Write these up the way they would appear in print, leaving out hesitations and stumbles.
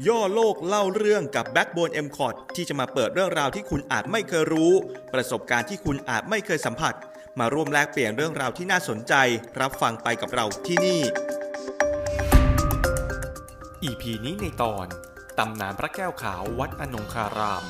ย่อโลกเล่าเรื่องกับ Backbone MCOT ที่จะมาเปิดเรื่องราวที่คุณอาจไม่เคยรู้ประสบการณ์ที่คุณอาจไม่เคยสัมผัสมาร่วมแลกเปลี่ยนเรื่องราวที่น่าสนใจรับฟังไปกับเราที่นี่ EP นี้ในตอนตำนานพระแก้วขาววัดอนงคาราม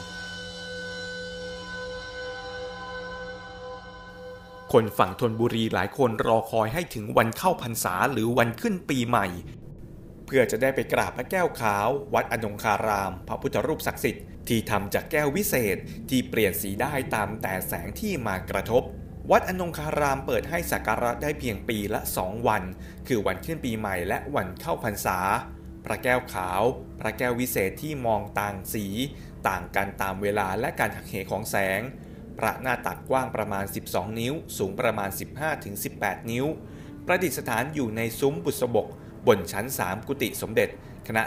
คนฝั่งธนบุรีหลายคนรอคอยให้ถึงวันเข้าพรรษาหรือวันขึ้นปีใหม่เพื่อจะได้ไปกราบพระแก้วขาววัดอนงคารามพระพุทธรูปศักดิ์สิทธิ์ที่ทำจากแก้ววิเศษที่เปลี่ยนสีได้ตามแต่แสงที่มากระทบวัดอนงคารามเปิดให้สักการะได้เพียงปีละ2วันคือวันขึ้นปีใหม่และวันเข้าพรรษาพระแก้วขาวพระแก้ววิเศษที่มองต่างสีต่างกันตามเวลาและการหักเหของแสงพระหน้าตักกว้างประมาณ12นิ้วสูงประมาณ 15-18 นิ้วประดิษฐานอยู่ในซุ้มบุษบกบนชั้น3กุฏิสมเด็จคณะ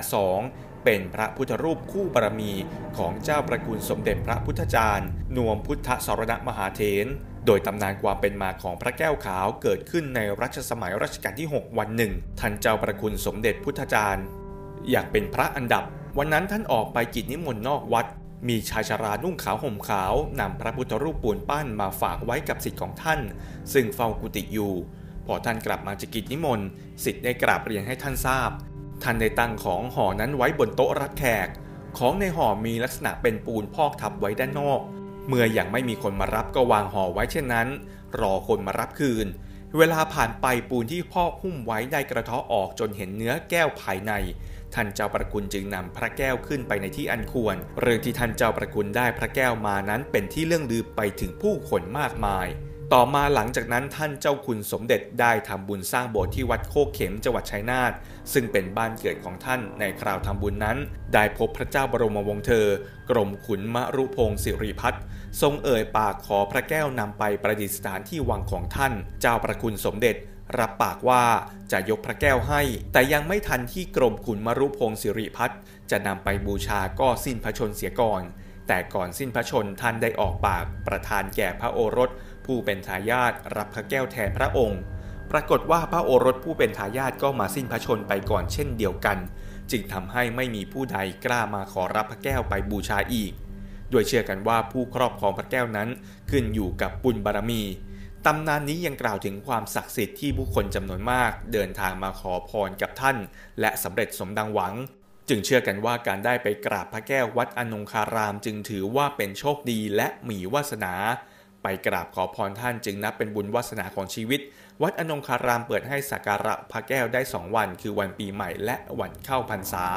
2เป็นพระพุทธรูปคู่บารมีของเจ้าประคุณสมเด็จพระพุทธจารย์นวมพุทธสรณมหาเถรโดยตำนานความเป็นมาของพระแก้วขาวเกิดขึ้นในรัชสมัยรัชกาลที่6วันหนึ่งท่านเจ้าประคุณสมเด็จพุทธจารย์อยากเป็นพระอันดับวันนั้นท่านออกไปกิจนิมนต์นอกวัดมีชายชรานุ่งขาวห่มขาวนำพระพุทธรูปปูนปั้นมาฝากไว้กับศิษย์ของท่านซึ่งเฝ้ากุฏิอยู่พอท่านกลับมาจากกิจนิมนต์ศิษย์ได้กราบเรียนให้ท่านทราบท่านได้ตั้งของห่อนั้นไว้บนโต๊ะรับแขกของในห่อมีลักษณะเป็นปูนพอกทับไว้ด้านนอกเมื่อยังไม่มีคนมารับก็วางห่อไว้เช่นนั้นรอคนมารับคืนเวลาผ่านไปปูนที่พอกหุ้มไว้ได้กระเทาะออกจนเห็นเนื้อแก้วภายในท่านเจ้าประคุณจึงนำพระแก้วขึ้นไปในที่อันควรเรื่องที่ท่านเจ้าประคุณได้พระแก้วมานั้นเป็นที่เรื่องลือไปถึงผู้คนมากมายต่อมาหลังจากนั้นท่านเจ้าคุณสมเด็จได้ทำบุญสร้างโบสถ์ที่วัดโคกเข็มจังหวัดชัยนาทซึ่งเป็นบ้านเกิดของท่านในคราวทำบุญนั้นได้พบพระเจ้าบรมวงศ์เธอกรมขุนมรุพงศ์สิริพัฒน์ทรงเอ่ยปากขอพระแก้วนำไปประดิษฐานที่วังของท่านเจ้าประคุณสมเด็จรับปากว่าจะยกพระแก้วให้แต่ยังไม่ทันที่กรมขุนมรุพงศ์สิริพัฒน์จะนำไปบูชาก็สิ้นพระชนม์เสียก่อนแต่ก่อนสิ้นพระชนม์ท่านได้ออกปากประทานแก่พระโอรสผู้เป็นทายาทรับพระแก้วแทนพระองค์ปรากฏว่าพระโอรสผู้เป็นทายาทก็มาสิ้นพระชนม์ไปก่อนเช่นเดียวกันจึงทำให้ไม่มีผู้ใดกล้ามาขอรับพระแก้วไปบูชาอีกโดยเชื่อกันว่าผู้ครอบครองพระแก้วนั้นขึ้นอยู่กับบุญบารมีตำนานนี้ยังกล่าวถึงความศักดิ์สิทธิ์ที่ผู้คนจำนวนมากเดินทางมาขอพรกับท่านและสำเร็จสมดังหวังจึงเชื่อกันว่าการได้ไปกราบพระแก้ววัดอนงคารามจึงถือว่าเป็นโชคดีและมีวาสนาไปกราบขอพรท่านจึงนับเป็นบุญวาสนาของชีวิตวัดอนงคารามเปิดให้สักการะพระแก้วได้2วันคือวันปีใหม่และวันเข้าพรรษา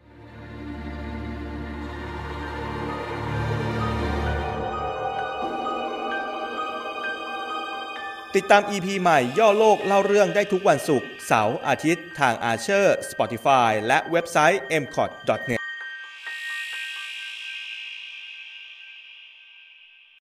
ติดตาม EP ใหม่ย่อโลกเล่าเรื่องได้ทุกวันศุกร์เสาร์อาทิตย์ทาง Archer Spotify และเว็บไซต์ mcot.net